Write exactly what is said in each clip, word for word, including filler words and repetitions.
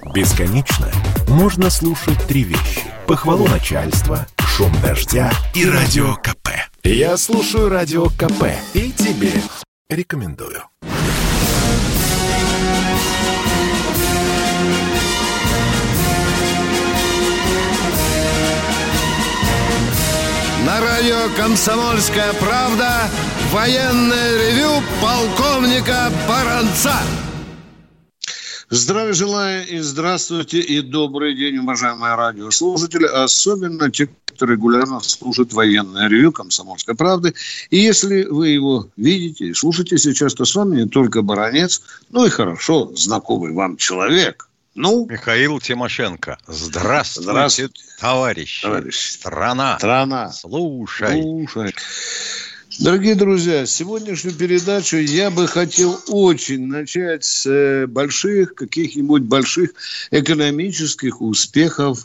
Бесконечно можно слушать три вещи: похвалу начальства, шум дождя и радио КП. Я слушаю радио КП и тебе рекомендую. На радио «Комсомольская правда» военное ревю полковника Баранца. Здравия желаю и здравствуйте, и добрый день, уважаемые радиослушатели, особенно те, кто регулярно слушает военное ревю «Комсомольской правды». И если вы его видите и слушаете сейчас, то с вами не только Баранец, но и хорошо знакомый вам человек. Ну, Михаил Тимошенко. Здравствуйте, Здравствуйте. Товарищи. Товарищ. Страна. Страна. Слушай. Слушай. Дорогие друзья, сегодняшнюю передачу я бы хотел очень начать с больших, каких-нибудь больших экономических успехов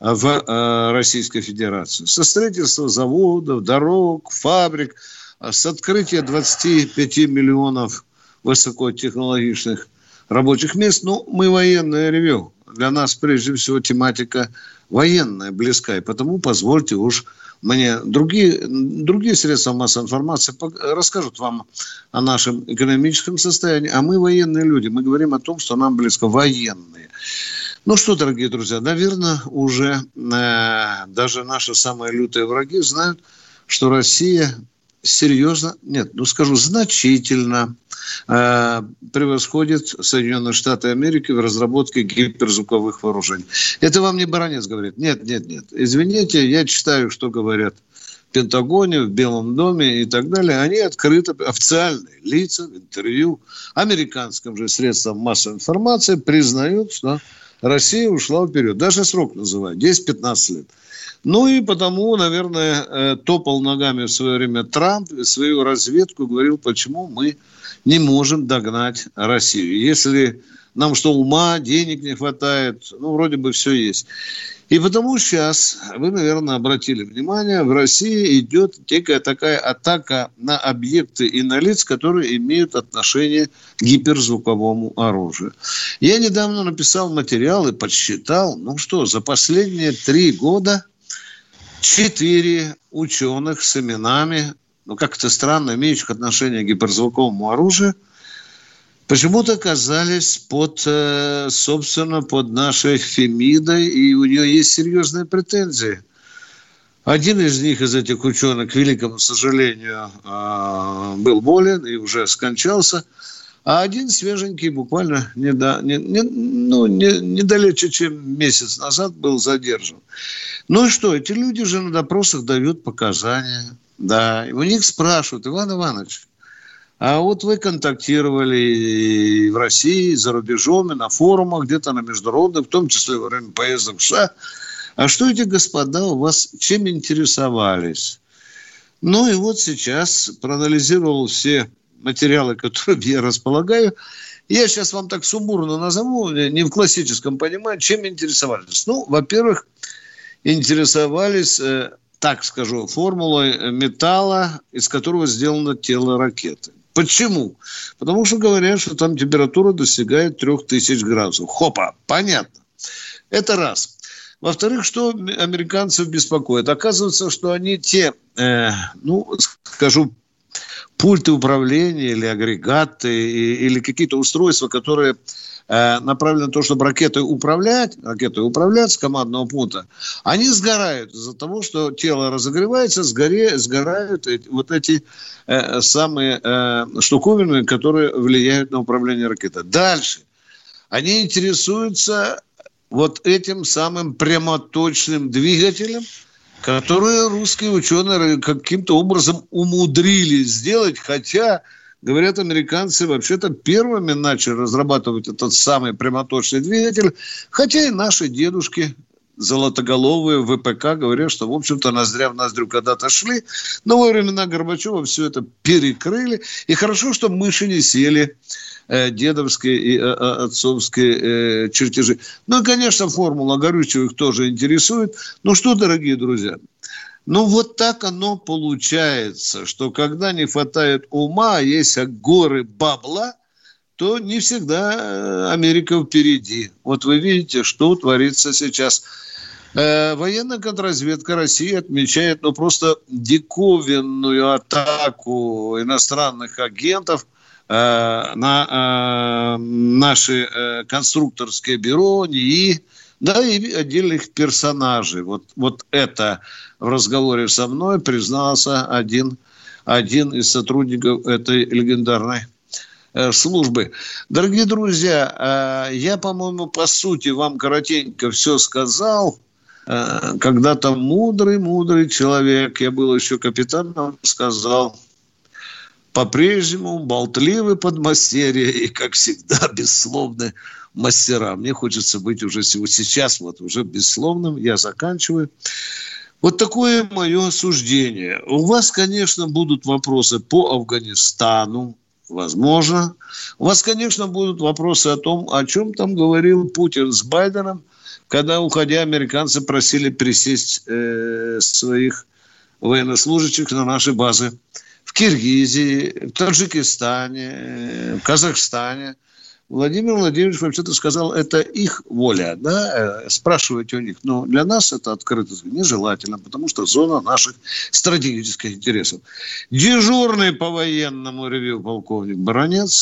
в Российской Федерации. Со строительства заводов, дорог, фабрик, с открытия двадцати пяти миллионов высокотехнологичных рабочих мест. Ну, мы военное ревю. Для нас, прежде всего, тематика военная близка. И потому позвольте уж мне другие, другие средства массовой информации расскажут вам о нашем экономическом состоянии. А мы военные люди. Мы говорим о том, что нам близко военные. Ну что, дорогие друзья, наверное, уже э, даже наши самые лютые враги знают, что Россия серьезно, нет, ну скажу, значительно э, превосходит Соединенные Штаты Америки в разработке гиперзвуковых вооружений. Это вам не Баранец говорит. Нет, нет, нет. Извините, я читаю, что говорят в Пентагоне, в Белом доме и так далее. Они открыто, официальные лица в интервью американским же средствам массовой информации признают, что Россия ушла вперед. Даже срок называют, десять-пятнадцать лет. Ну и потому, наверное, топал ногами в свое время Трамп, свою разведку говорил, почему мы не можем догнать Россию. Если нам что, ума, денег не хватает, ну, вроде бы все есть. И потому сейчас, вы, наверное, обратили внимание, в России идет некая такая атака на объекты и на лиц, которые имеют отношение к гиперзвуковому оружию. Я недавно написал материал и подсчитал, ну что, за последние три года четыре ученых с именами, ну как-то странно, имеющих отношение к гиперзвуковому оружию, почему-то оказались под, собственно, под нашей Фемидой, и у нее есть серьезные претензии. Один из них, из этих ученых, к великому сожалению, был болен и уже скончался, а один свеженький, буквально недо, не, не, ну, не, недалече, чем месяц назад, был задержан. Ну и что, эти люди же на допросах дают показания. Да, и у них спрашивают: Иван Иванович, а вот вы контактировали и в России, и за рубежом, и на форумах, где-то на международных, в том числе во время поездок в США. А что эти господа у вас чем интересовались? Ну и вот сейчас проанализировал все материалы, которыми я располагаю. Я сейчас вам так сумбурно назову, не в классическом понимании, чем интересовались. Ну, во-первых, интересовались, так скажу, формулой металла, из которого сделано тело ракеты. Почему? Потому что говорят, что там температура достигает трех тысяч градусов. Хопа, понятно. Это раз. Во-вторых, что американцев беспокоит? Оказывается, что они те, э, ну, скажу, пульты управления или агрегаты, или какие-то устройства, которые э, направлены на то, чтобы ракетой управлять, ракетой управлять с командного пункта, они сгорают из-за того, что тело разогревается, сгоре, сгорают эти, вот эти э, самые э, штуковины, которые влияют на управление ракетой. Дальше. Они интересуются вот этим самым прямоточным двигателем, которые русские ученые каким-то образом умудрились сделать, хотя, говорят, американцы вообще-то первыми начали разрабатывать этот самый прямоточный двигатель, хотя и наши дедушки золотоголовые в ВПК говорят, что, в общем-то, ноздря в ноздрю когда-то шли, но во времена Горбачева все это перекрыли, и хорошо, что мыши не сели, э, дедовские и э, отцовские э, чертежи. Ну и, конечно, формула горючего их тоже интересует. Ну что, дорогие друзья, ну вот так оно получается, что когда не хватает ума, есть горы бабла, что не всегда Америка впереди. Вот вы видите, что творится сейчас. Э, военная контрразведка России отмечает, ну, просто диковинную атаку иностранных агентов э, на э, наши э, конструкторские бюро, НИИ, да, и отдельных персонажей. Вот, вот это в разговоре со мной признался один, один из сотрудников этой легендарной э, службы. Дорогие друзья, э, я, по-моему, по сути вам коротенько все сказал. Когда-то мудрый-мудрый человек, я был еще капитаном, сказал: по-прежнему болтливы подмастерья и, как всегда, бессловны мастера. Мне хочется быть уже сейчас вот уже бессловным. Я заканчиваю. Вот такое мое суждение. У вас, конечно, будут вопросы по Афганистану. Возможно. У вас, конечно, будут вопросы о том, о чем там говорил Путин с Байденом, когда, уходя, американцы просили присесть э, своих военнослужащих на наши базы в Киргизии, в Таджикистане, в Казахстане. Владимир Владимирович вообще-то сказал, это их воля, да, спрашивать у них. Но для нас это открыто нежелательно, потому что зона наших стратегических интересов. Дежурный по военному ревью полковник Баранец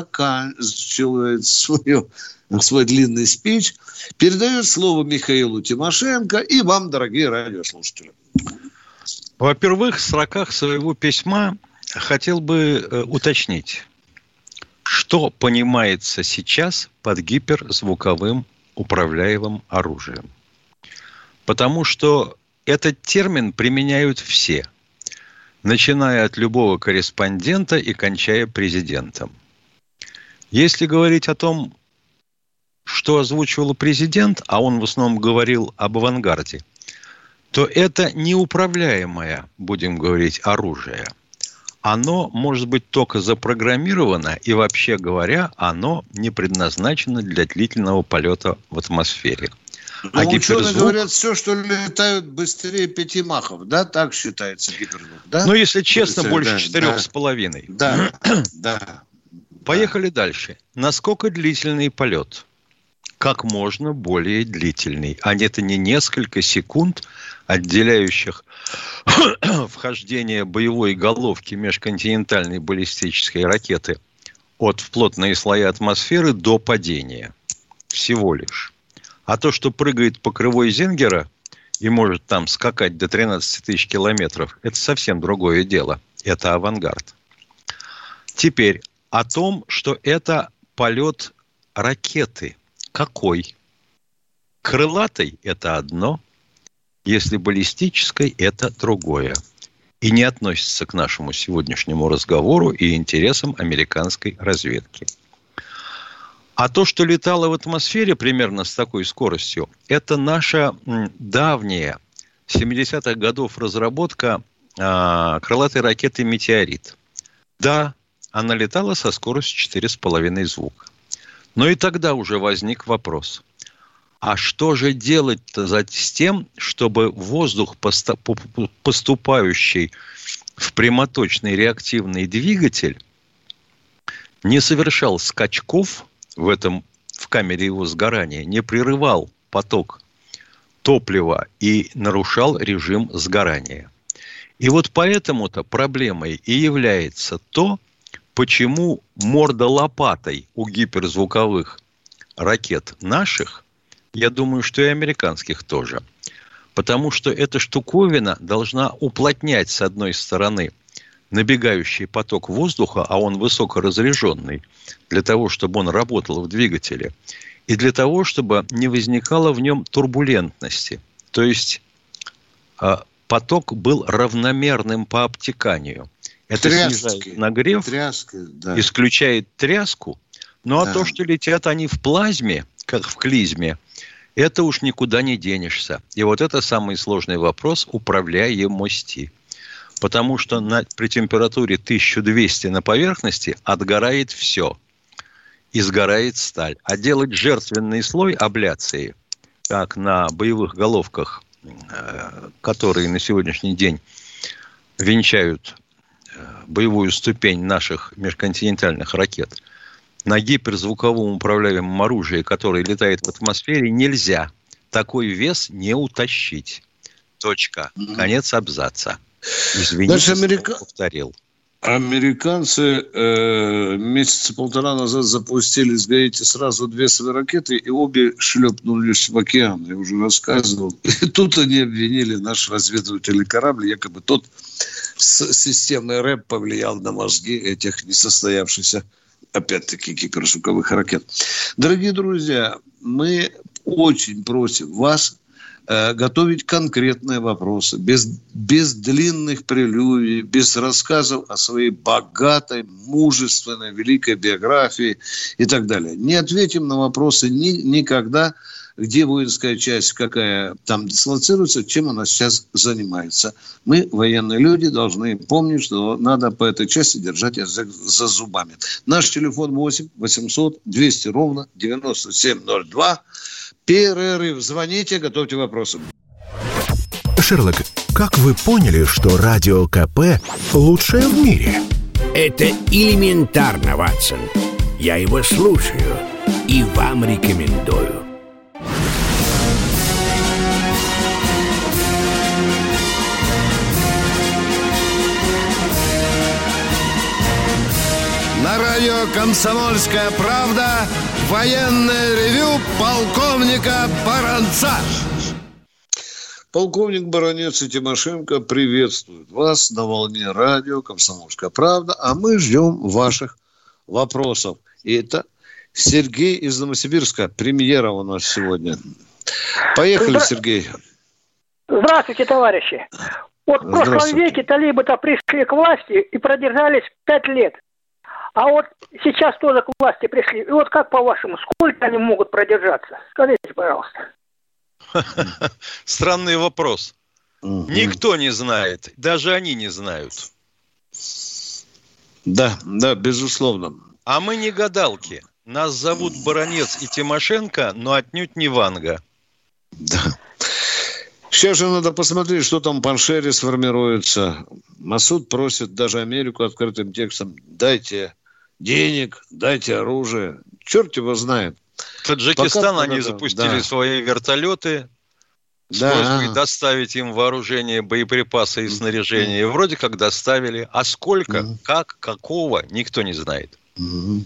заканчивает свое, свой длинный спич, передает слово Михаилу Тимошенко и вам, дорогие радиослушатели. Во-первых, в строках своего письма хотел бы э, уточнить, что понимается сейчас под гиперзвуковым управляемым оружием. Потому что этот термин применяют все, начиная от любого корреспондента и кончая президентом. Если говорить о том, что озвучивал президент, а он в основном говорил об авангарде, то это неуправляемое, будем говорить, оружие. Оно может быть только запрограммировано, и, вообще говоря, оно не предназначено для длительного полета в атмосфере. А ну, гиперзвук... Ученые говорят, все, что летают быстрее пяти махов, да? Так считается гиперзвук, да? Ну, если честно, Быстрее, больше да, четырех да. с половиной. Да, да. Поехали да. дальше. Насколько длительный полет? Как можно более длительный. А это не несколько секунд, отделяющих вхождение боевой головки межконтинентальной баллистической ракеты от в плотные слои атмосферы до падения. Всего лишь. А то, что прыгает по кривой Зингера и может там скакать до тринадцать тысяч километров, это совсем другое дело. Это авангард. Теперь о том, что это полет ракеты. Какой? Крылатой – это одно, если баллистической – это другое. И не относится к нашему сегодняшнему разговору и интересам американской разведки. А то, что летало в атмосфере примерно с такой скоростью, это наша давняя семидесятых годов разработка а, крылатой ракеты «Метеорит». Да, она летала со скоростью четыре с половиной звука. Но и тогда уже возник вопрос. А что же делать-то с тем, чтобы воздух, поступающий в прямоточный реактивный двигатель, не совершал скачков в этом, в камере его сгорания, не прерывал поток топлива и нарушал режим сгорания? И вот поэтому-то проблемой и является то, почему морда лопатой у гиперзвуковых ракет наших, я думаю, что и американских тоже, потому что эта штуковина должна уплотнять, с одной стороны, набегающий поток воздуха, а он высокоразряженный, для того, чтобы он работал в двигателе, и для того, чтобы не возникало в нем турбулентности. То есть поток был равномерным по обтеканию. Это Тряски. снижает нагрев, Тряски, да. исключает тряску. Ну, а да. то, что летят они в плазме, как в клизме, это уж никуда не денешься. И вот это самый сложный вопрос управляемости. Потому что на, при температуре тысяча двести на поверхности отгорает все. И сгорает сталь. А делать жертвенный слой абляции, как на боевых головках, которые на сегодняшний день венчают боевую ступень наших межконтинентальных ракет, на гиперзвуковом управляемом оружии, которое летает в атмосфере, нельзя. Такой вес не утащить. Точка. Конец абзаца. Извините, Америка... повторил. Американцы э, месяца полтора назад запустили с Гаити сразу две свои ракеты, и обе шлепнулись в океан. Я уже рассказывал. И тут они обвинили наш разведывательный корабль, якобы тот с системой РЭП повлиял на мозги этих несостоявшихся, опять-таки, гиперзвуковых ракет. Дорогие друзья, мы очень просим вас готовить конкретные вопросы, без, без длинных прелюдий, без рассказов о своей богатой, мужественной, великой биографии и так далее. Не ответим на вопросы ни, никогда, где воинская часть, какая там дислоцируется, чем она сейчас занимается. Мы, военные люди, должны помнить, что надо по этой части держать язык за зубами. Наш телефон восемь восемьсот двести ровно девяносто семь ноль два. Перерыв. Звоните, готовьте вопросы. Шерлок, как вы поняли, что Радио КП лучшее в мире? Это элементарно, Ватсон. Я его слушаю и вам рекомендую. На радио «Комсомольская правда» военное ревю полковника Баранца. Полковник Баранец и Тимошенко приветствуют вас на волне радио «Комсомольская правда», а мы ждем ваших вопросов. И это Сергей из Новосибирска, премьера у нас сегодня. Поехали, Здра... Сергей. Здравствуйте, товарищи. Вот в прошлом веке талибы-то пришли к власти и продержались пять лет. А вот сейчас тоже к власти пришли. И вот как по-вашему, сколько они могут продержаться? Скажите, пожалуйста. Странный вопрос. Угу. Никто не знает. Даже они не знают. Да, да, безусловно. А мы не гадалки. Нас зовут Баранец и Тимошенко, но отнюдь не Ванга. Да. Сейчас же надо посмотреть, что там в Паншере сформируется. Масуд просит даже Америку открытым текстом: дайте денег, дайте оружие. Черт его знает. Таджикистан они надо... запустили да. свои вертолеты с да. просьбой доставить им вооружение, боеприпасы и снаряжение. И вроде как доставили. А сколько, mm-hmm. как, какого, никто не знает. Mm-hmm.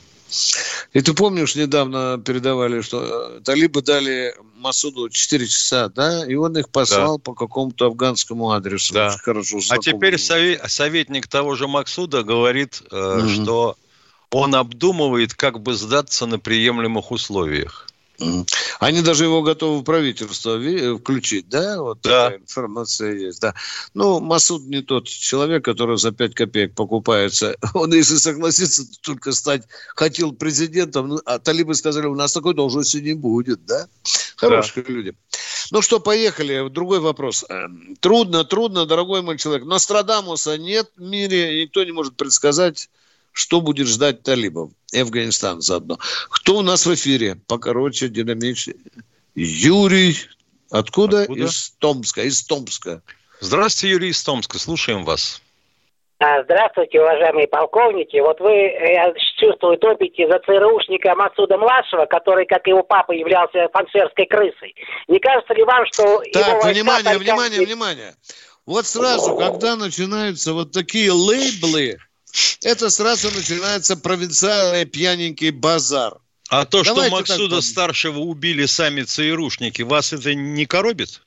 И ты помнишь, недавно передавали, что талибы дали Масуду четыре часа, да, и он их послал да. по какому-то афганскому адресу. Да. Хорошо, а теперь совет, советник того же Максуда говорит, э, mm-hmm. что он обдумывает, как бы сдаться на приемлемых условиях. Они даже его готовы в правительство включить, да? Вот да. такая информация есть, да. Ну, Масуд не тот человек, который за пять копеек покупается. Он, если согласится, только стать хотел президентом, а талибы сказали, у нас такой должности не будет, да? Хорошие да. люди. Ну что, поехали. Другой вопрос. Трудно, трудно, дорогой мой человек. Нострадамуса нет в мире, никто не может предсказать, что будет ждать талибов и Афганистан заодно. Кто у нас в эфире? Покороче, динамичнее. Юрий. Откуда? Откуда? Из Томска. Из Томска. Здравствуйте, Юрий из Томска. Слушаем вас. Здравствуйте, уважаемые полковники. Вот вы, я чувствую, топите за ЦРУшника Масуда-младшего, который, как его папа, являлся панцерской крысой. Не кажется ли вам, что... Так, его внимание, только... внимание, внимание. Вот сразу, когда начинаются вот такие лейблы, это сразу начинается провинциальный пьяненький базар. А то, Давайте что Максуда-старшего убили сами ЦРУшники, вас это не коробит?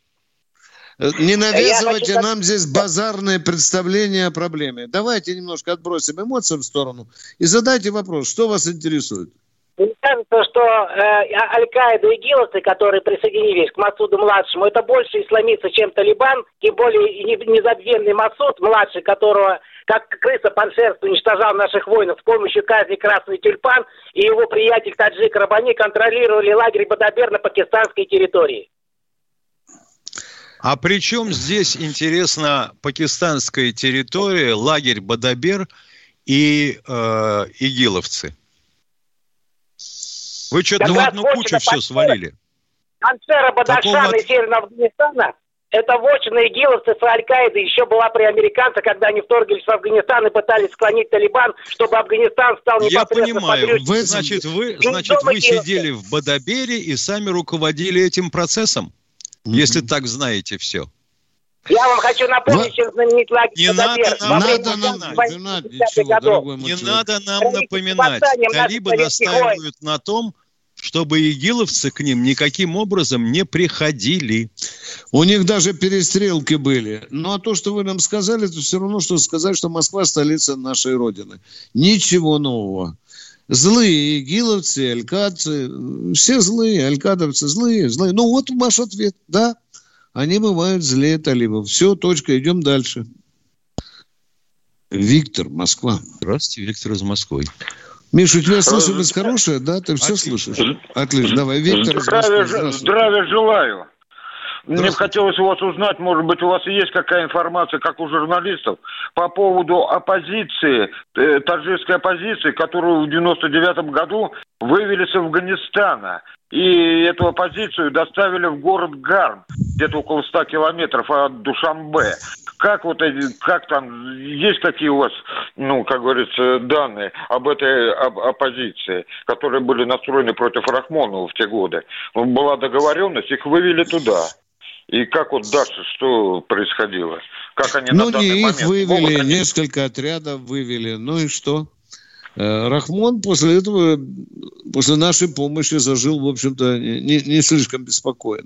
Не навязывайте хочу... нам здесь базарное представление о проблеме. Давайте немножко отбросим эмоции в сторону и задайте вопрос, что вас интересует. Мне кажется, что э, Аль-Каида и игиловцы, которые присоединились к Масуду-младшему, это больше исламисты, чем Талибан, тем более незабвенный Масуд, младший, которого, как крыса паншерство, уничтожал наших воинов с помощью казни «Красный тюльпан», и его приятель Таджик Рабани контролировали лагерь Бадабер на пакистанской территории. А при чем здесь, интересно, пакистанская территория, лагерь Бадабер и э, игиловцы? Вы что-то в одну кучу все свалили. Паншера, Бадахшана и Северного Афганистана это вотчина игиловцев и Аль-Каиды еще была при американцах, когда они вторглись в Афганистан и пытались склонить Талибан, чтобы Афганистан стал непосредственно... Я понимаю. Подрежь... Вы, значит, вы, значит, вы сидели в Бадабере и сами руководили этим процессом, mm-hmm. если так знаете все. Я вам хочу напомнить, что знаменитый лагерь не Бадабер. Надо, нам напоминать. Не надо нам напоминать. Талибы настаивают на том, чтобы игиловцы к ним никаким образом не приходили. У них даже перестрелки были. Ну, а то, что вы нам сказали, это все равно, что сказать, что Москва – столица нашей Родины. Ничего нового. Злые игиловцы, алькадцы, все злые, алькадовцы злые, злые. Ну, вот ваш ответ, да. Они бывают злее талибов. Все, точка, идем дальше. Виктор, Москва. Здравствуйте, Виктор из Москвы. Миша, у тебя слышимость хорошая, да? Ты все слышишь? Отлично. Давай, Виктор из Москвы. Здравия, здравия желаю. Мне бы хотелось у вас узнать, может быть, у вас есть какая информация, как у журналистов, по поводу оппозиции, э, таджикской оппозиции, которую в девяносто девятом году вывели с Афганистана. И эту оппозицию доставили в город Гарм, где-то около ста километров от Душанбе. Как вот эти, как там, есть такие у вас, ну, как говорится, данные об этой об, оппозиции, которые были настроены против Рахмонова в те годы? Была договоренность, их вывели туда. И как вот дальше, что происходило? Как они ну, на данный не момент... их вывели, они... несколько отрядов вывели. Ну и что? Рахмон после этого, после нашей помощи зажил, в общем-то, не, не слишком беспокойно.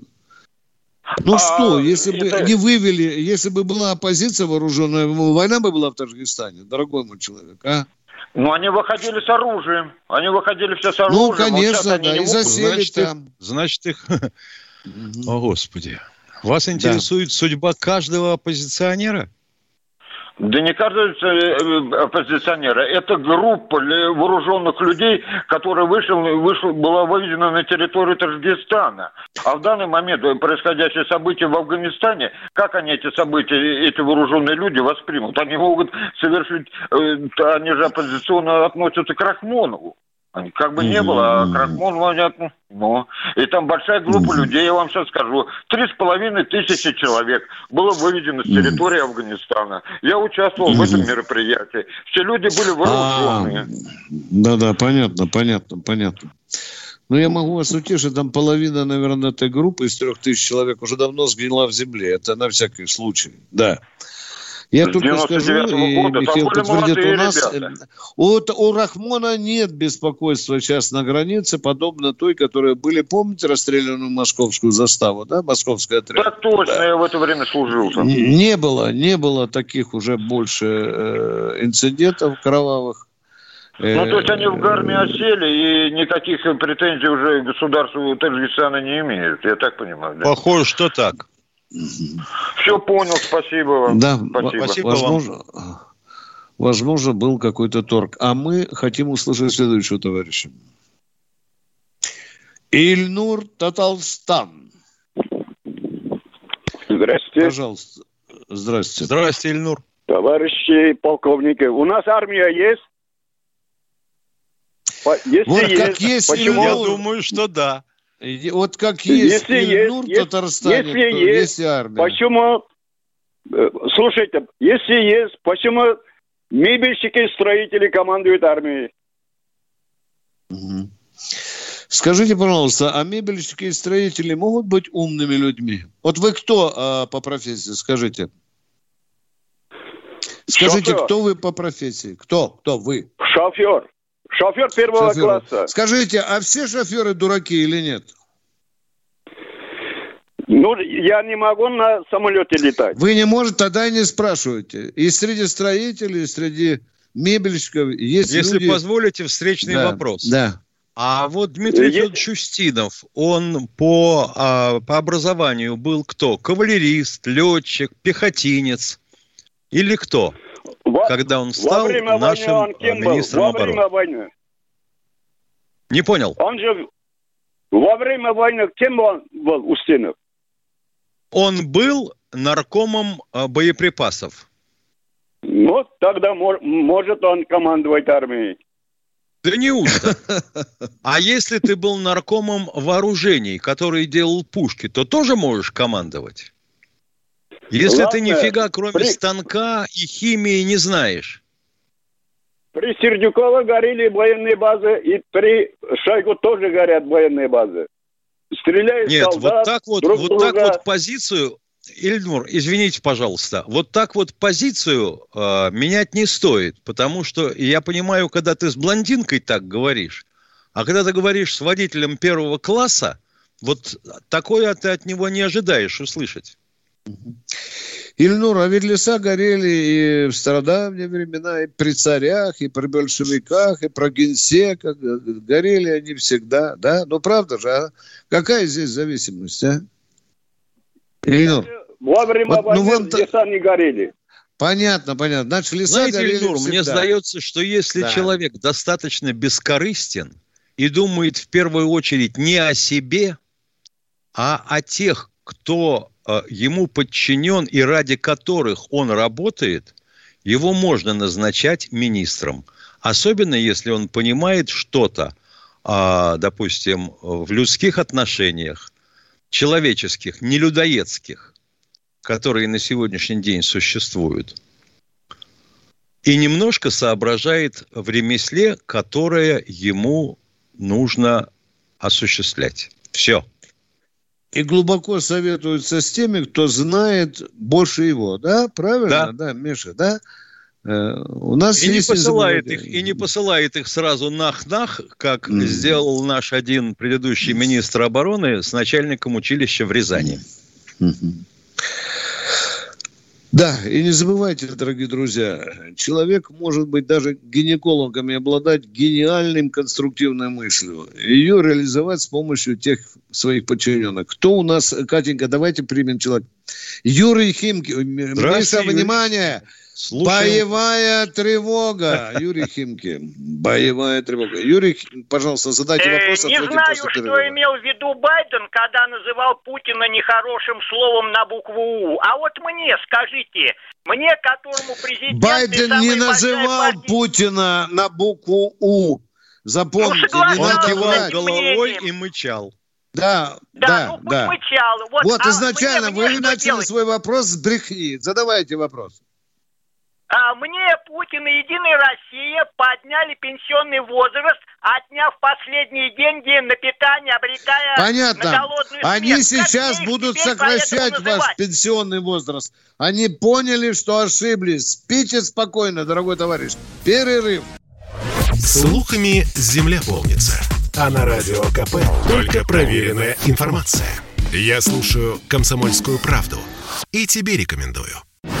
Ну а что, если это... бы не вывели, если бы была оппозиция вооруженная, война бы была в Таджикистане, дорогой мой человек, а? Ну, они выходили с оружием. Они выходили все с оружием. Ну, конечно, вот да, и засели значит, там. Их, значит, их... О, Господи. Вас интересует да. судьба каждого оппозиционера? Да не каждого оппозиционера. Это группа вооруженных людей, которая вышла, вышла, была выведена на территорию Таджикистана. А в данный момент происходящие события в Афганистане, как они эти события, эти вооруженные люди воспримут? Они могут совершить, они же оппозиционно относятся к Рахмонову. Как бы не было, а к Рахмонову понятно. Но. И там большая группа людей, я вам сейчас скажу, три с половиной тысячи человек было выведено с территории Афганистана. Я участвовал в этом мероприятии. Все люди были вооруженные. Да-да, понятно, понятно, понятно. Но я могу вас утешить, там половина, наверное, этой группы из трех тысяч человек уже давно сгнила в земле. Это на всякий случай, да. Я только скажу, и года, Михаил подтвердит, у нас у, у Рахмона нет беспокойства сейчас на границе, подобно той, которые были, помните, расстреляны в московскую заставу, да, московская отряд? Да, точно, да. Я в это время служил там. Не было, не было таких уже больше э, инцидентов кровавых. Ну, то есть они в Гарме осели, и никаких претензий уже государству Таджикистана не имеют, я так понимаю, да? Похоже, что так. Все понял, спасибо вам. Да, спасибо. спасибо возможно, вам. Возможно, был какой-то торг. А мы хотим услышать следующего товарища. Ильнур Татарстан. Здравствуйте. Пожалуйста. Здравствуйте. Здравствуйте, Ильнур. Товарищи полковники, у нас армия есть? Если вот есть, как есть почему? Я думаю, что да. Вот как есть Ильнур в Татарстане, если то есть, есть армия. Почему, слушайте, если есть, почему мебельщики и строители командуют армией? Угу. Скажите, пожалуйста, а мебельщики и строители могут быть умными людьми? Вот вы кто а, по профессии, скажите? Скажите, шофер. Кто вы по профессии? Кто? Кто вы? Шофер. Шофер первого Шофер. класса. Скажите, а все шоферы дураки или нет? Ну, я не могу на самолете летать. Вы не можете, тогда и не спрашивайте. И среди строителей, и среди мебельщиков есть Если люди... позволите, встречный да, вопрос. Да. А вот Дмитрий Федорович Устинов, он по, а, по образованию был кто? Кавалерист, летчик, пехотинец или кто? Во, когда он стал нашим он министром во обороны. Время войны. Не понял. Он же во время войны кем он был, Устинов? Он был наркомом боеприпасов. Ну, тогда мор- может он командовать армией. Да неужто? А если ты был наркомом вооружений, который делал пушки, то тоже можешь командовать? Если Ладно, ты нифига, кроме при... станка и химии, не знаешь. При Сердюково горели военные базы, и при Шойгу тоже горят военные базы. Стреляют Нет, солдат вот так вот, друг вот друга. так вот позицию, Ильнур, извините, пожалуйста, вот так вот позицию э, менять не стоит, потому что я понимаю, когда ты с блондинкой так говоришь, а когда ты говоришь с водителем первого класса, вот такое ты от него не ожидаешь услышать. Ильнур, а ведь леса горели и в стародавние времена, и при царях, и при большевиках, и про генсека. Горели они всегда, да? Ну, правда же, а? Какая здесь зависимость, а? Ильнур. Во время вот, войны ну, вам леса не горели. Понятно, понятно. Значит, леса Знаете, горели Ильнур, всегда. мне сдается, что если да. человек достаточно бескорыстен и думает в первую очередь не о себе, а о тех, кто э, ему подчинен и ради которых он работает, его можно назначать министром. Особенно, если он понимает что-то, э, допустим, в людских отношениях, человеческих, не людоедских, которые на сегодняшний день существуют. И немножко соображает в ремесле, которое ему нужно осуществлять. Все. И глубоко советуется с теми, кто знает больше его, да? Правильно, да, да Миша, да? Э, у нас и, есть не посылает их, и не посылает их сразу нах-нах, как mm. сделал наш один предыдущий министр обороны с начальником училища в Рязани. Mm-hmm. Да, и не забывайте, дорогие друзья, человек может быть даже гинекологом и обладать гениальным конструктивной мыслью. Ее реализовать с помощью тех своих подчиненных. Кто у нас, Катенька, давайте примем человека. Юрий Химки. Миша, внимание! Слушаем. Боевая тревога. Юрий Химки. Боевая тревога. Юрий, пожалуйста, задайте вопрос. Не знаю, что имел в виду Байден, когда называл Путина нехорошим словом на букву У. А вот мне, скажите, мне, которому президент... Байден не называл партии... Путина на букву У. Запомните, ну, не надо кивал головой и мычал. Да, да, да, ну, да. Мычал. Вот, вот а изначально мне, мне вы начали делать? свой вопрос с брехни. Задавайте вопрос. А мне Путин и Единая Россия подняли пенсионный возраст, отняв последние деньги на питание, обрекая Понятно. на голодную смерть. Они сейчас будут сокращать ваш пенсионный возраст. Они поняли, что ошиблись. Спите спокойно, дорогой товарищ. Перерыв. Слухами земля полнится. А на Радио КП только проверенная информация. Я слушаю «Комсомольскую правду» и тебе рекомендую.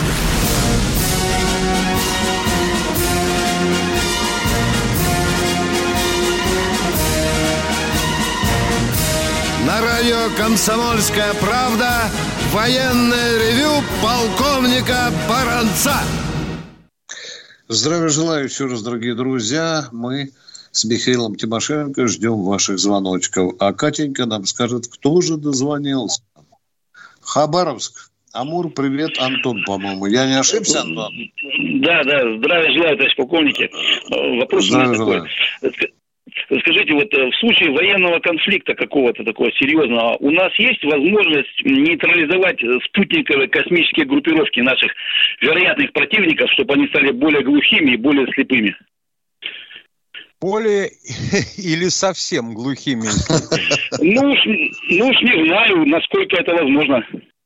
На радио «Комсомольская правда» военное ревю полковника Баранца. Здравия желаю еще раз, дорогие друзья. Мы с Михаилом Тимошенко ждем ваших звоночков. А Катенька нам скажет, кто же дозвонился. Хабаровск. Амур, привет, Антон, по-моему. Я не ошибся, Антон? Да, да. Здравия желаю, товарищ полковники. Вопрос у меня такой. Скажите, вот в случае военного конфликта какого-то такого серьезного, у нас есть возможность нейтрализовать спутниковые космические группировки наших вероятных противников, чтобы они стали более глухими и более слепыми? Более или совсем глухими? Ну уж, ну уж не знаю, насколько это возможно.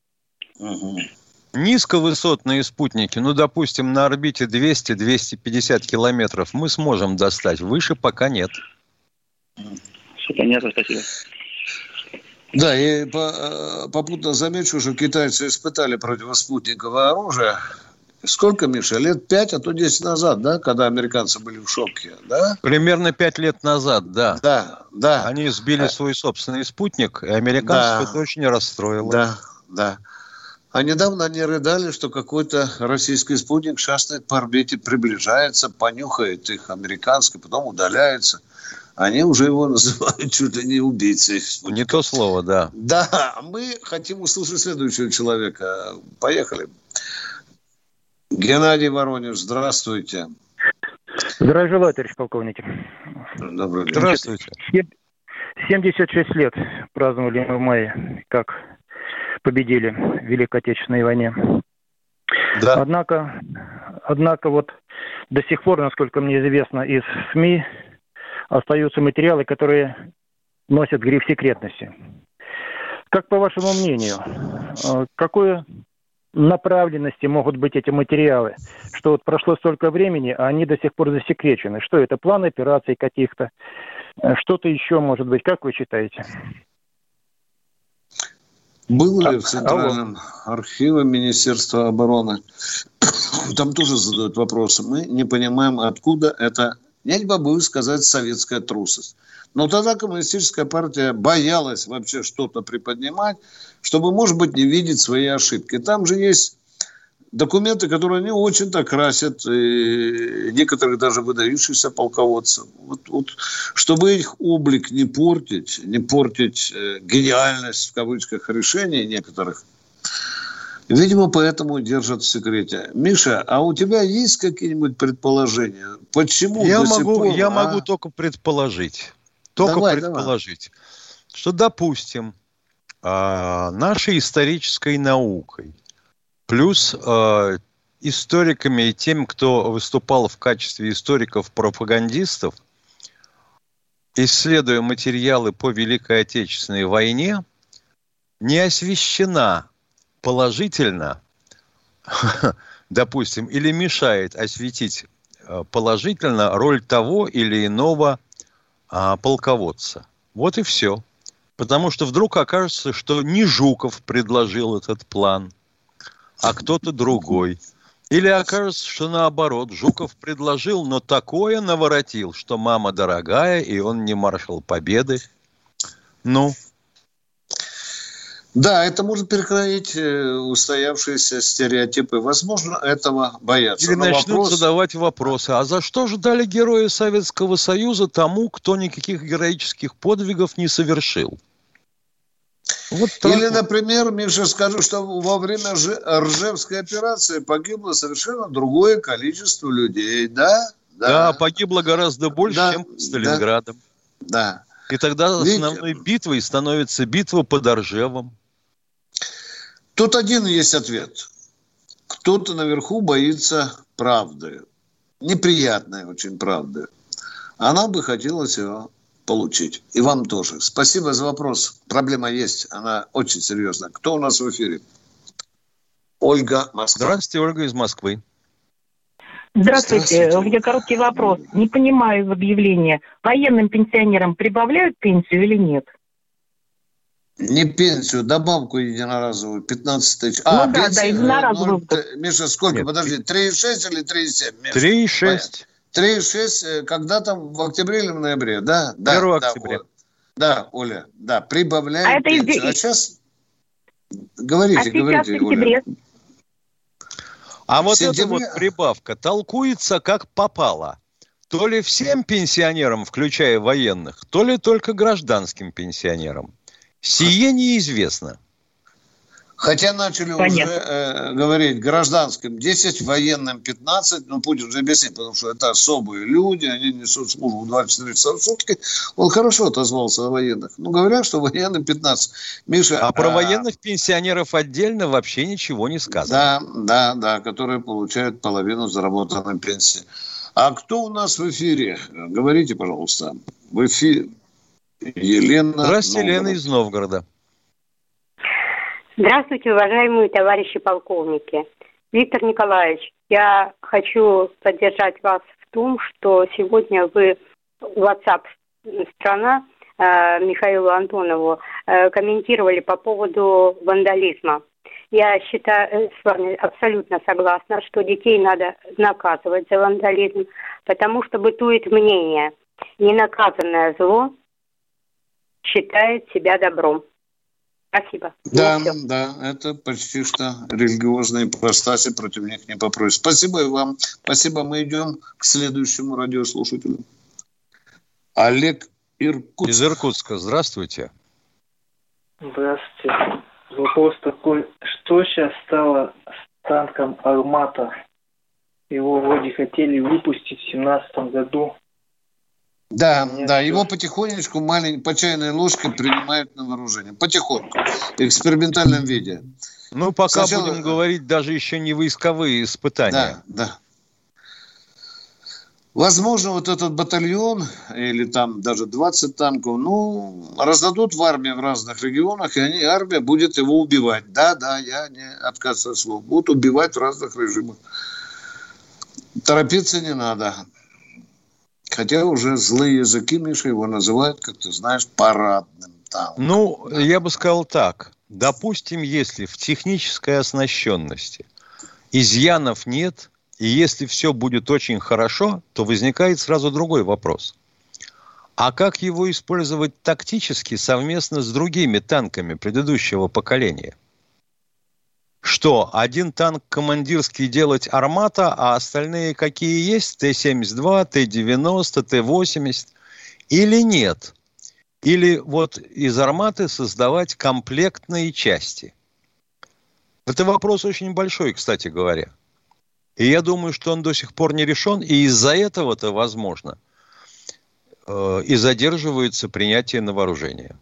Низковысотные спутники, ну, допустим, на орбите двести - двести пятьдесят километров мы сможем достать, выше пока нет. Все понятно, спасибо. Да, и попутно замечу, что китайцы испытали противоспутниковое оружие. Сколько, Миша? Лет пять, а то десять назад, да? Когда американцы были в шоке, да? Примерно пять лет назад, да. Да, да. Они сбили свой собственный спутник, и американцев да. это очень расстроило. Да, да. А недавно они рыдали, что какой-то российский спутник шастает по орбите, приближается, понюхает их американский, потом удаляется. Они уже его называют чуть ли не убийцей. Не то слово, да. Да, мы хотим услышать следующего человека. Поехали. Геннадий Воронеж, здравствуйте. Здравия желаю, товарищ полковник. Добрый день. Здравствуйте. семьдесят шесть лет праздновали мы в мае, как победили в Великой Отечественной войне. Да. Однако, однако вот до сих пор, насколько мне известно, из СМИ остаются материалы, которые носят гриф секретности. Как по вашему мнению, какой направленности могут быть эти материалы? Что вот прошло столько времени, а они до сих пор засекречены. Что это? План операций каких-то? Что-то еще может быть? Как вы считаете? Был ли в Центральном архиве Министерства обороны? Там тоже задают вопросы. Мы не понимаем, откуда это, я не побоюсь сказать, советская трусость. Но тогда коммунистическая партия боялась вообще что-то приподнимать, чтобы, может быть, не видеть свои ошибки. Там же есть документы, которые не очень-то красят и некоторых даже выдающихся полководцев. Вот, вот, чтобы их облик не портить, не портить э, гениальность, в кавычках, решений некоторых, видимо, поэтому держат в секрете. Миша, а у тебя есть какие-нибудь предположения? Почему я до могу, сих пор... Я а? могу только предположить. Только давай, предположить, давай. Что, допустим, нашей исторической наукой плюс э, историками и тем, кто выступал в качестве историков-пропагандистов, исследуя материалы по Великой Отечественной войне, не освещена положительно, допустим, или мешает осветить положительно роль того или иного а, полководца. Вот и все. Потому что вдруг окажется, что не Жуков предложил этот план, а кто-то другой. Или окажется, что наоборот, Жуков предложил, но такое наворотил, что мама дорогая, и он не маршал Победы. Ну. Да, это может перекроить устоявшиеся стереотипы. Возможно, этого боятся. Или но начнут вопрос... задавать вопросы. А за что же дали герои Советского Союза тому, кто никаких героических подвигов не совершил? Вот Или, вот. например, Миша, скажу, что во время Ржевской операции погибло совершенно другое количество людей. Да, да. Да, погибло гораздо больше, да, чем под Сталинградом. Да. И тогда основной Ведь... битвой становится битва под Ржевом. Тут один есть ответ. Кто-то наверху боится правды. Неприятной очень правды. А нам бы хотелось его получить. И вам тоже. Спасибо за вопрос. Проблема есть. Она очень серьезная. Кто у нас в эфире? Ольга, Москва. Здравствуйте, Ольга из Москвы. Здравствуйте. Здравствуйте. У меня короткий вопрос. Не понимаю из объявления. Военным пенсионерам прибавляют пенсию или нет? Не пенсию, добавку единоразовую, пятнадцать тысяч. А, ну да, пенсию, да, единоразовую. Ну, Миша, сколько? Нет. Подожди, три и шесть или три и семь? три и шесть. три и шесть, когда там, в октябре или в ноябре, да? Да, первого да, октября. Оля. Да, Оля, да, прибавляем а пенсию. Это... А сейчас, говорите, а говорите, сейчас Оля. А вот эта вот прибавка толкуется как попало. То ли всем пенсионерам, включая военных, то ли только гражданским пенсионерам. Сие неизвестно. Хотя начали Понятно. уже э, говорить гражданским десять, военным пятнадцать, ну Путин же объяснит, потому что это особые люди, они несут службу двадцать четыре часа в сутки. Он хорошо отозвался о военных. Ну, говорят, что военным пятнадцать. Миша, а, а про военных пенсионеров отдельно вообще ничего не сказано. Да, да, да, которые получают половину заработанной пенсии. А кто у нас в эфире? Говорите, пожалуйста. В эфире Елена. Здравствуйте, Елена из Новгорода. Здравствуйте, уважаемые товарищи полковники. Виктор Николаевич, я хочу поддержать вас в том, что сегодня вы WhatsApp страна э, Михаилу Антонову э, комментировали по поводу вандализма. Я считаю, с вами абсолютно согласна, что детей надо наказывать за вандализм, потому что бытует мнение: ненаказанное зло считает себя добром. Спасибо. Да, да, это почти что религиозные ипостаси, против них не попросишь. Спасибо и вам. Спасибо. Мы идем к следующему радиослушателю. Олег Иркутск. Из Иркутска. Здравствуйте. Здравствуйте. Вопрос такой: что сейчас стало с танком «Армата»? Его вроде хотели выпустить в семнадцатом году. Да, да, его потихонечку, маленькой, по чайной ложке принимают на вооружение. Потихоньку, в экспериментальном виде. Ну, пока Сначала... будем говорить, даже еще не войсковые испытания. Да, да. Возможно, вот этот батальон, или там даже двадцать танков, ну, раздадут в армии в разных регионах, и они, армия будет его убивать. Да, да, я не отказываюсь от слова. Будут убивать в разных режимах. Торопиться не надо. Хотя уже злые языки, Миша, его называют, как ты знаешь, парадным танком. Ну, я бы сказал так. Допустим, если в технической оснащенности изъянов нет, и если все будет очень хорошо, то возникает сразу другой вопрос. А как его использовать тактически совместно с другими танками предыдущего поколения? Что, один танк командирский делать «Армата», а остальные какие есть? Т семьдесят два, Т девяносто, Т восемьдесят? Или нет? Или вот из «Арматы» создавать комплектные части? Это вопрос очень большой, кстати говоря. И я думаю, что он до сих пор не решен, и из-за этого-то, возможно, э, и задерживается принятие на вооружение.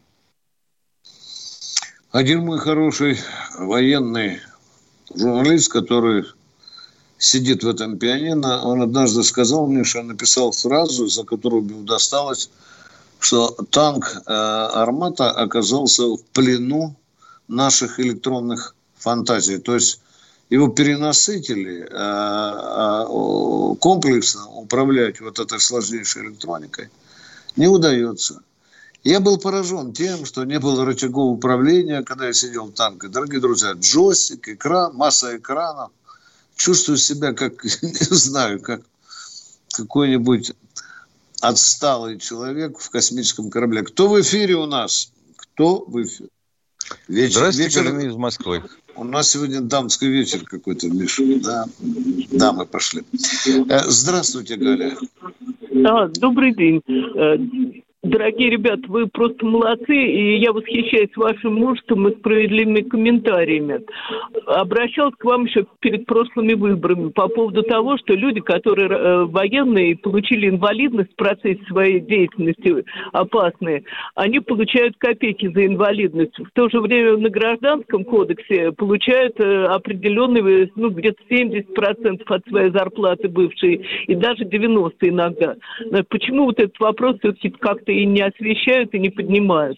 Один мой хороший военный журналист, который сидит в этом пианино, он однажды сказал мне, что написал фразу, за которую ему досталось, что танк э, «Армата» оказался в плену наших электронных фантазий. То есть его перенасытили, э, э, комплексно управлять вот этой сложнейшей электроникой не удается. Я был поражен тем, что не было рычагов управления, когда я сидел в танке. Дорогие друзья, джойстик, экран, масса экранов. Чувствую себя как, не знаю, как какой-нибудь отсталый человек в космическом корабле. Кто в эфире у нас? Кто в эфире? Вечер, Здравствуйте, вечер... из Москвы. У нас сегодня дамский вечер какой-то, Миша. Да, дамы пошли. Здравствуйте, Галя. А, добрый день. Дорогие ребята, вы просто молодцы, и я восхищаюсь вашим мужеством и справедливыми комментариями. Обращалась к вам еще перед прошлыми выборами по поводу того, что люди, которые э, военные, получили инвалидность в процессе своей деятельности опасные, они получают копейки за инвалидность. В то же время на Гражданском кодексе получают э, определенные, ну, где-то семьдесят процентов от своей зарплаты бывшей, и даже девяносто процентов иногда. Почему вот этот вопрос все-таки как-то и не освещают, и не поднимают?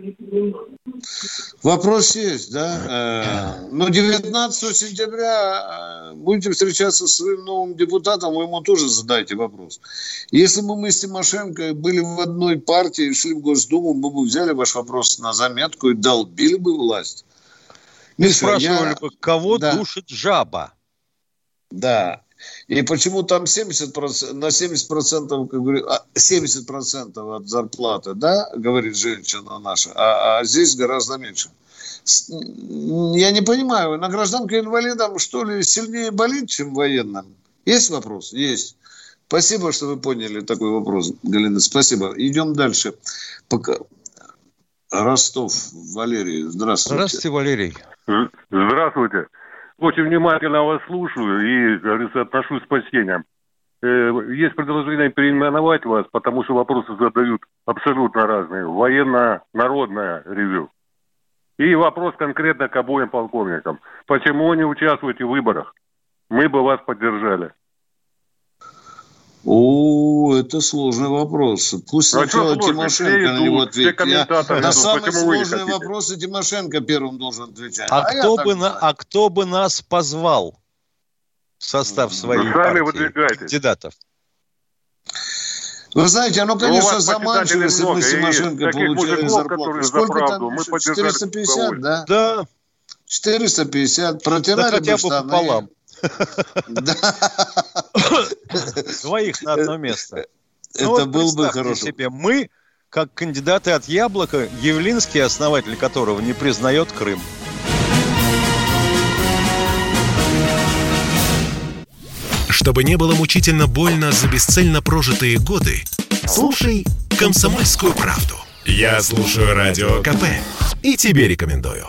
Вопрос есть, да. Но девятнадцатого сентября будете встречаться со своим новым депутатом, вы ему тоже задайте вопрос. Если бы мы с Тимошенко были в одной партии и шли в Госдуму, мы бы взяли ваш вопрос на заметку и долбили бы власть. Мы спрашивали я... бы, кого да. душит жаба? Да. И почему там семьдесят процентов, на семьдесят процентов, как говорю, семьдесят процентов от зарплаты, да, говорит женщина наша, а, а здесь гораздо меньше. Я не понимаю, на гражданке инвалидам, что ли, сильнее болит, чем военным? Есть вопрос? Есть. Спасибо, что вы поняли такой вопрос, Галина. Спасибо. Идем дальше. Пока... Ростов, Валерий, здравствуйте. Здравствуйте, Валерий. Здравствуйте. Очень внимательно вас слушаю и, говорится, отношусь с почтением. Есть предложение переименовать вас, потому что вопросы задают абсолютно разные. Военно-народное ревью. И вопрос конкретно к обоим полковникам. Почему не участвуете в выборах? Мы бы вас поддержали. О, это сложный вопрос. Пусть а сначала Тимошенко на него ответит. Я... На самые сложные вопросы Тимошенко первым должен отвечать. А, а, кто, бы на... а кто бы нас позвал в состав своей партии кандидатов? Вы знаете, оно, конечно, заманчиво, если мы с Тимошенко получили зарплату. Сколько там? четыреста пятьдесят, да? Да. четыреста пятьдесят. Протирали да хотя бы штаны. Пополам. Двоих на одно место. Это ну, вот был бы хорошо. Себе, мы, как кандидаты от Яблока, Явлинский, основатель которого не признает Крым. Чтобы не было мучительно больно за бесцельно прожитые годы, слушай «Комсомольскую правду». Я слушаю Радио КП и тебе рекомендую.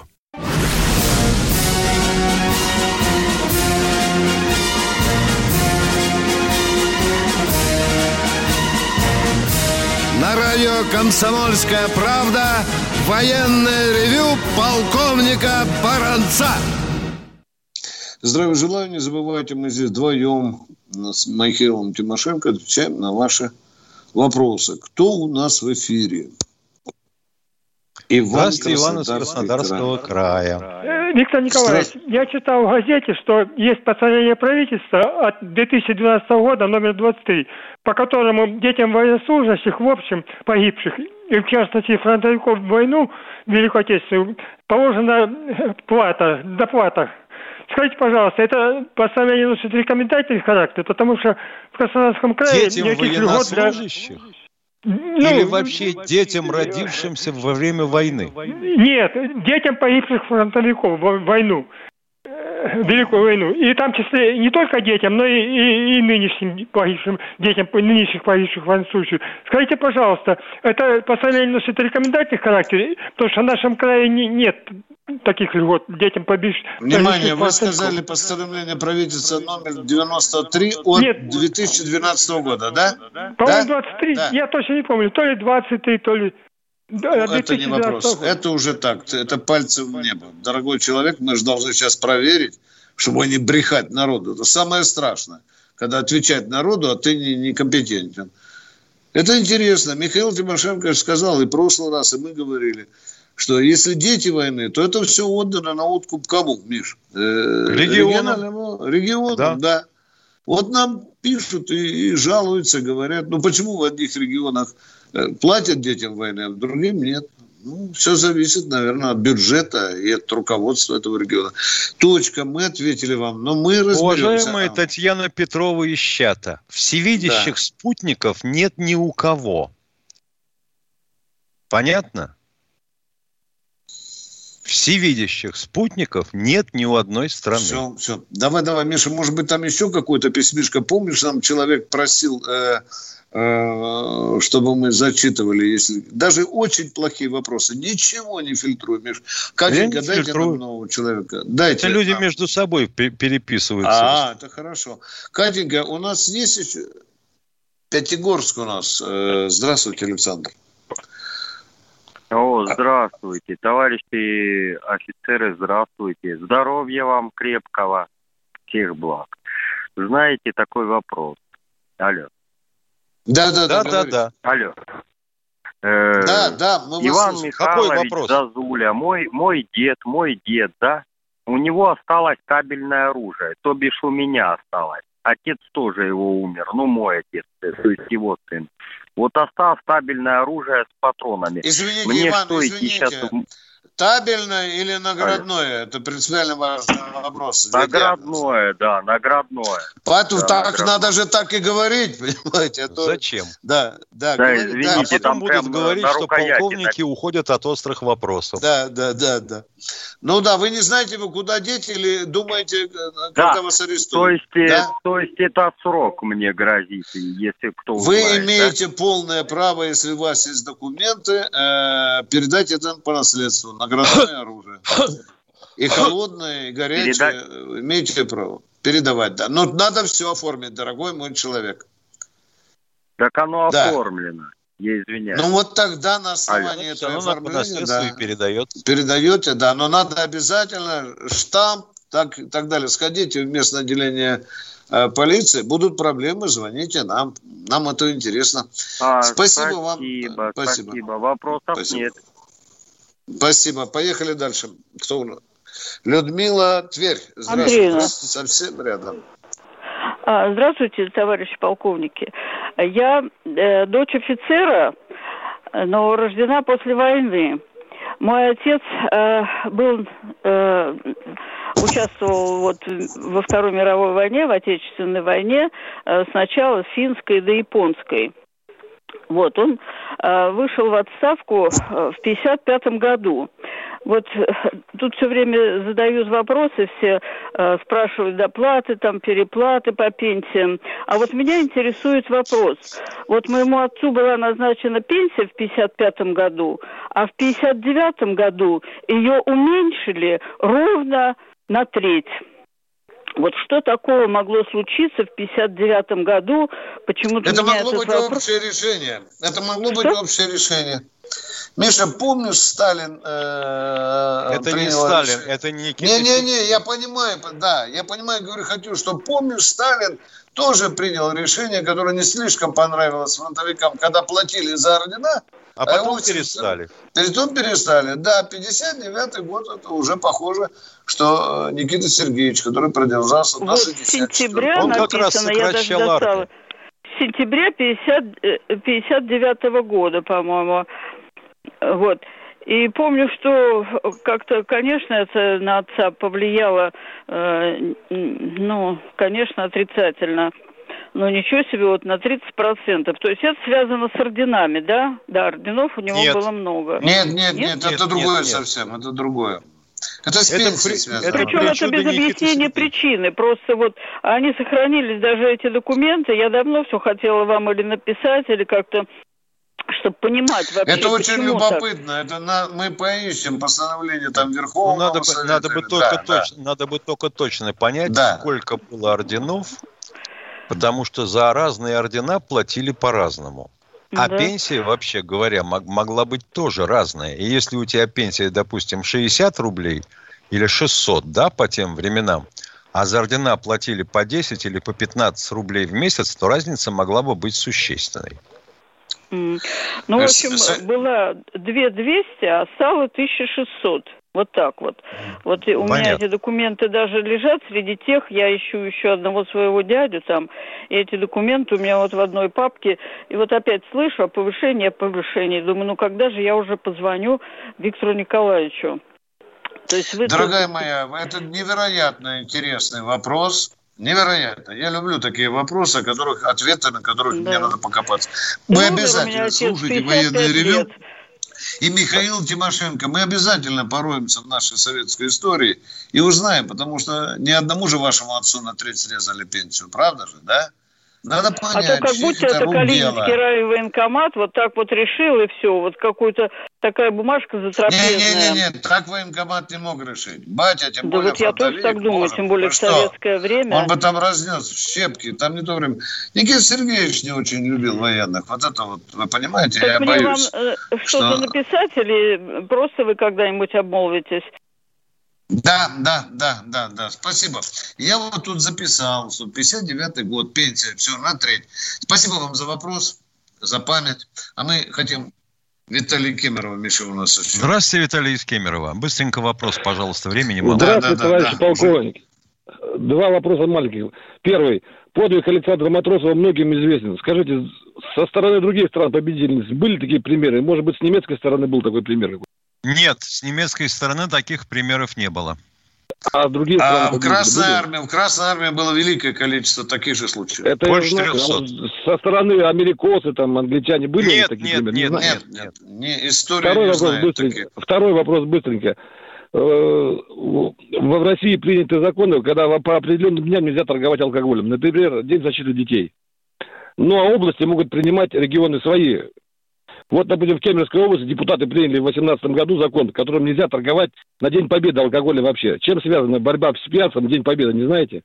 На радио «Комсомольская правда» военное ревю полковника Баранца. Здравия желаю. Не забывайте, мы здесь вдвоем с Михаилом Тимошенко отвечаем на ваши вопросы. Кто у нас в эфире? Иван, Здравствуйте, Иван из Краснодарского края. Виктор Николаевич, я читал в газете, что есть постановление правительства от две тысячи двенадцатого года, номер двадцать три, по которому детям военнослужащих, в общем, погибших, и в частности фронтовиков в войну, Великую Отечественную, положена плата, доплата. Скажите, пожалуйста, это постановление носит рекомендательный характер, потому что в Краснодарском крае... Детям военнослужащих? Для... Или ну, вообще детям, родившимся во время войны? Нет, детям погибших фронтовиков в войну, Великую войну. И там числе не только детям, но и, и, и нынешним погибшим детям, нынешних погибших военнослужащих. Скажите, пожалуйста, это постановление носит рекомендательный характер, потому что в нашем крае не, нет таких льгот детям погибших. Внимание, вы сказали постановление правительства номер девяносто три от Нет. две тысячи двенадцатого года, да? По-моему, двадцать три, да? Я точно не помню, то ли двадцать три, то ли... Ну, это не вопрос, это уже так, это пальцы в небо. Дорогой человек, мы же должны сейчас проверить, чтобы не брехать народу. Это самое страшное, когда отвечать народу, а ты не, не компетентен. Это интересно. Михаил Тимошенко сказал и в прошлый раз, и мы говорили, что если дети войны, то это все отдано на откуп кому, Миш? Э, регионам. Регионам, да. да. Вот нам пишут и, и жалуются, говорят, ну почему в одних регионах платят детям войны, а в других нет. Ну, все зависит, наверное, от бюджета и от руководства этого региона. Точка, мы ответили вам, но мы разберемся. Уважаемая Татьяна Петрова из чата, всевидящих да. спутников нет ни у кого. Понятно? Всевидящих спутников нет ни у одной страны. Все, все. Давай, давай, Миша, может быть, там еще какое-то письмишко. Помнишь, нам человек просил, э, э, чтобы мы зачитывали, если даже очень плохие вопросы. Ничего не фильтруй, Миш. Катенька, дайте фильтрую. Нам нового человека. Дайте. Это люди а. между собой переписываются. А, это хорошо. Катенька, у нас есть еще... Пятигорск у нас. Э, здравствуйте, Александр. О, здравствуйте, товарищи офицеры, здравствуйте. Здоровья вам крепкого, всех благ. Знаете, такой вопрос. Алло. Да, да, да. Да, да, да. Алло. Э, да, да, мы Иван вас Михайлович Зазуля, мой, мой дед, мой дед, да? У него осталось табельное оружие, то бишь у меня осталось. Отец тоже его умер, ну мой отец, то есть его сын. Вот осталось табельное оружие с патронами. Извините, Мне Иван, что, извините. Сейчас... Табельное или наградное? Это принципиально важный вопрос. Наградное, да, наградное. Пату, да, так наградное. Надо же так и говорить, понимаете? А то... Зачем? Да, да. Да, говори, извините, да. А потом там будут говорить, что полковники так. уходят от острых вопросов. Да, да, да, да. Ну да, вы не знаете, вы куда деть или думаете, да. когда вас арестуют? То есть, да? то есть это срок мне грозит, если кто Вы узнает, имеете да? полное право, если у вас есть документы, э, передать это по наследству, наградное оружие. И холодное, и горячее. Передать? Имеете право передавать, да. Но надо все оформить, дорогой мой человек. Так оно да. оформлено. Я извиняюсь. Ну вот тогда на основании этого ну, оформления да, передаете. передаете, да, но надо обязательно штамп, так, так далее. Сходите в местное отделение э, полиции, будут проблемы, звоните нам, нам это интересно. А, спасибо, спасибо вам. Спасибо. спасибо. Вопросов спасибо. Нет. Спасибо. Поехали дальше. Кто у нас? Людмила, Тверь. Здравствуйте. Андреевна. Совсем рядом. Здравствуйте, товарищи полковники. Я э, дочь офицера, но рождена после войны. Мой отец э, был, э, участвовал вот во Второй мировой войне, в Отечественной войне, э, сначала финской до японской. Вот, он э, вышел в отставку в пятьдесят пятом году. Вот тут все время задают вопросы, все э, спрашивают доплаты, там переплаты по пенсиям. А вот меня интересует вопрос. Вот моему отцу была назначена пенсия в пятьдесят пятом году, а в пятьдесят девятом году ее уменьшили ровно на треть. Вот что такого могло случиться в пятьдесят девятом году? Почему-то Это меня могло этот быть вопрос... общее решение. Это могло быть Что? общее решение. Миша, помнишь, Сталин э, Это принял не Сталин, решение? это не Никита. Не-не-не, я понимаю, да, я понимаю, говорю, хочу, что помнишь, Сталин тоже принял решение, которое не слишком понравилось фронтовикам, когда платили за ордена. А потом Иосиф, перестали. Потом перестали. Да, пятьдесят девятый год, это уже похоже, что Никита Сергеевич, который продержался вот до шестьдесят четвёртого. сентября Он как раз написано, я даже сокращал достала. армию. Сентября пятьдесят девятого года, по-моему. Вот. И помню, что как-то, конечно, это на отца повлияло, э, ну, конечно, отрицательно. Но ничего себе, вот на тридцать процентов. То есть это связано с орденами, да? Да, орденов у него Нет. было много. Нет, нет, нет, Нет? это Нет, другое нет, нет. совсем, это другое. Это с Это пенсией при- связано. это Причем это причуда без Никиты объяснения Сергеевича. причины. Просто вот они сохранились, даже эти документы. Я давно все хотела вам или написать, или как-то, чтобы понимать вообще, Это очень почему так. любопытно. Это на, мы поищем постановление там Ну, Верховного надо, бы, Совета. надо, бы Да, только да. точно, надо бы только точно понять, Да. сколько было орденов, потому что за разные ордена платили по-разному. А Да. пенсия, вообще говоря, мог- могла быть тоже разная. И если у тебя пенсия, допустим, шестьдесят рублей или шестьсот, да, по тем временам, а за ордена платили по десять или по пятнадцать рублей в месяц, то разница могла бы быть существенной. М. Ну, в общем, С- было две тысячи двести, а стало тысяча шестьсот. Вот так вот. Вот и у меня Понятно. эти документы даже лежат среди тех, я ищу еще одного своего дядю там, и эти документы у меня вот в одной папке. И вот опять слышу о повышении, о повышении. Думаю, ну когда же я уже позвоню Виктору Николаевичу? То есть вы... Дорогая моя, это невероятно интересный вопрос. Невероятно. Я люблю такие вопросы, о которых, ответы на которых Да. мне надо покопаться. Да, Вы умер у меня обязательно отец, слушайте пятьдесят военный пять ревю. лет. И Михаил Тимошенко. Мы обязательно пороемся в нашей советской истории и узнаем, потому что ни одному же вашему отцу на треть срезали пенсию, правда же, да? Надо А понять, то как чьих будто это это рук Калининский дело. райвоенкомат вот так вот решил, и все. Вот какую-то такая бумажка затрапезная. Не-не-не, так военкомат не мог решить. Батя, тем Да более вот я тоже фронтовик, так думаю, может. тем более Ну в что? советское время. Он бы там разнес в щепки, там не то время. Никита Сергеевич не очень любил военных. Вот это вот, вы понимаете, Так я мне боюсь. вам э, что-то что- написать или просто вы когда-нибудь обмолвитесь? Да, да, да, да, да, спасибо. Я вот тут записал, что пятьдесят девятый год, пенсия, все, на треть. Спасибо вам за вопрос, за память. А мы хотим... Виталий Кемерова, Миша, у нас еще. Здравствуйте, Виталий из Кемерово. Быстренько вопрос, пожалуйста, времени мало. Здравствуйте, Да, да, товарищ да. полковник. Два вопроса маленьких. Первый. Подвиг Александра Матросова многим известен. Скажите, со стороны других стран победительниц были такие примеры? Может быть, с немецкой стороны был такой пример? Нет, с немецкой стороны таких примеров не было. А другие А страны в Красной были? армии, в Красной армии было великое количество таких же случаев. Это Больше я знаю, трехсот. а со стороны америкосы, там, англичане были Нет, такие нет, примеры? Не нет, знаю. Нет, нет, не, история Второй не вопрос знает быстренько. таких. Второй вопрос быстренько. Э, В в России приняты законы, когда по определенным дням нельзя торговать алкоголем. Например, День защиты детей. Ну, а области могут принимать регионы свои. Вот, допустим, в Кемеровской области депутаты приняли в две тысячи восемнадцатом году закон, которым нельзя торговать на День Победы алкоголем вообще. Чем связана борьба с пьянством, День Победы, не знаете?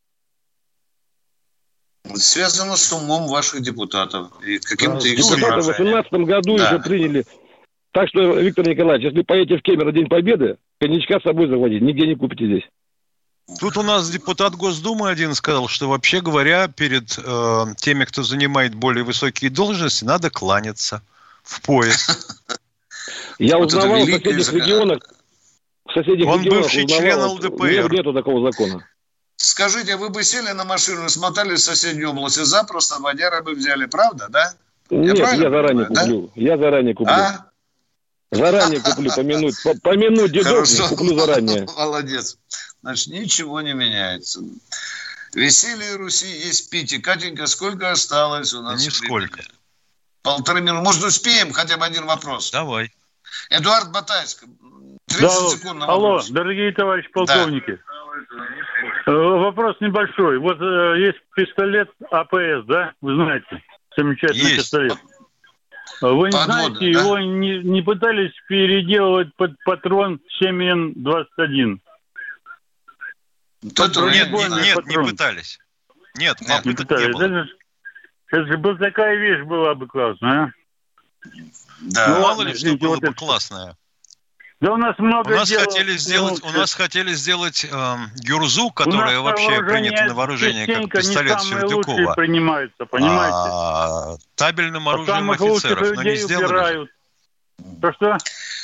Связано с умом ваших депутатов и каким-то их Депутаты в две тысячи соображением. восемнадцатом году Да. уже приняли. Так что, Виктор Николаевич, если поедете в Кемерово День Победы, коньячка с собой заводить, нигде не купите здесь. Тут у нас депутат Госдумы один сказал, что вообще говоря, перед э, теми, кто занимает более высокие должности, надо кланяться в пояс. Я Вот это узнавал в великое соседних закон. регионах, в соседних Он регионах бывший узнавал, член вот, ЛДПР. Нет, нету такого закона. Скажите, вы бы сели на машину и смотали в соседнюю область и запросто водяры бы взяли, правда, да? Нет, я правильно заранее понимаю, да? куплю. Я заранее куплю. А? Заранее куплю, помянуть. по- Помянуть дедов, Хорошо. куплю заранее. Молодец. Значит, ничего не меняется. Веселье Руси есть пить. И, Катенька, сколько осталось у нас? Нисколько. времени? Полторы минуты. Может, успеем хотя бы один вопрос? Давай. Эдуард Батайск. тридцать Да, секунд на алло, вопрос. дорогие товарищи полковники. Э, Вопрос небольшой. Вот э, есть пистолет АПС, да? Вы знаете, замечательный Есть. пистолет. Вы не Подводный, знаете, да? его не, не пытались переделывать под патрон семь эн двадцать один? Нет, нет, нет, не пытались. Нет, нет не пытались. Не было. Это, же, это же бы такая вещь была бы классная, а? Да. Ну, мало ли, что было вот бы это... классное. Да у нас много у нас дел... хотели сделать, у нас хотели сделать э, гюрзу, которая вообще принята на вооружение, как пистолет Сердюкова. Принимаются, понимаете? А, табельным оружием а офицеров, но не сделали. Убирают. Что, что?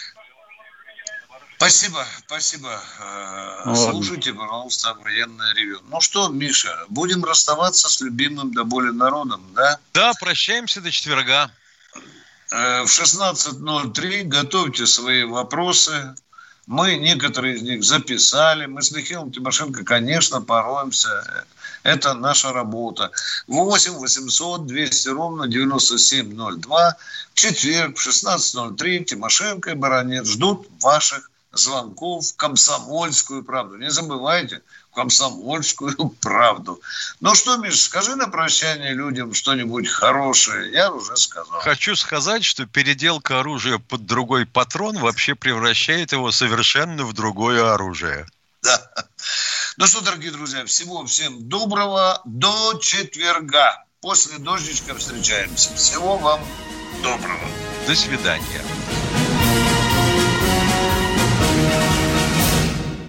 Спасибо, спасибо. Вот. Слушайте, пожалуйста, военное ревю. Ну что, Миша, будем расставаться с любимым до боли народом, да? Да, прощаемся до четверга. В шестнадцать ноль три готовьте свои вопросы. Мы некоторые из них записали. Мы с Михаилом Тимошенко, конечно, пороемся. Это наша работа. восемь восемьсот двести ровно девяносто семь ноль два. В четверг в шестнадцать ноль три Тимошенко и Баранец ждут ваших звонков в «Комсомольскую правду». Не забывайте, «Комсомольскую правду». Ну что, Миш, скажи на прощание людям что-нибудь хорошее. Я уже сказал. Хочу сказать, что переделка оружия под другой патрон вообще превращает его совершенно в другое оружие. Да. Ну что, дорогие друзья, всего всем доброго. До четверга. После дождичка встречаемся. Всего вам доброго. До свидания.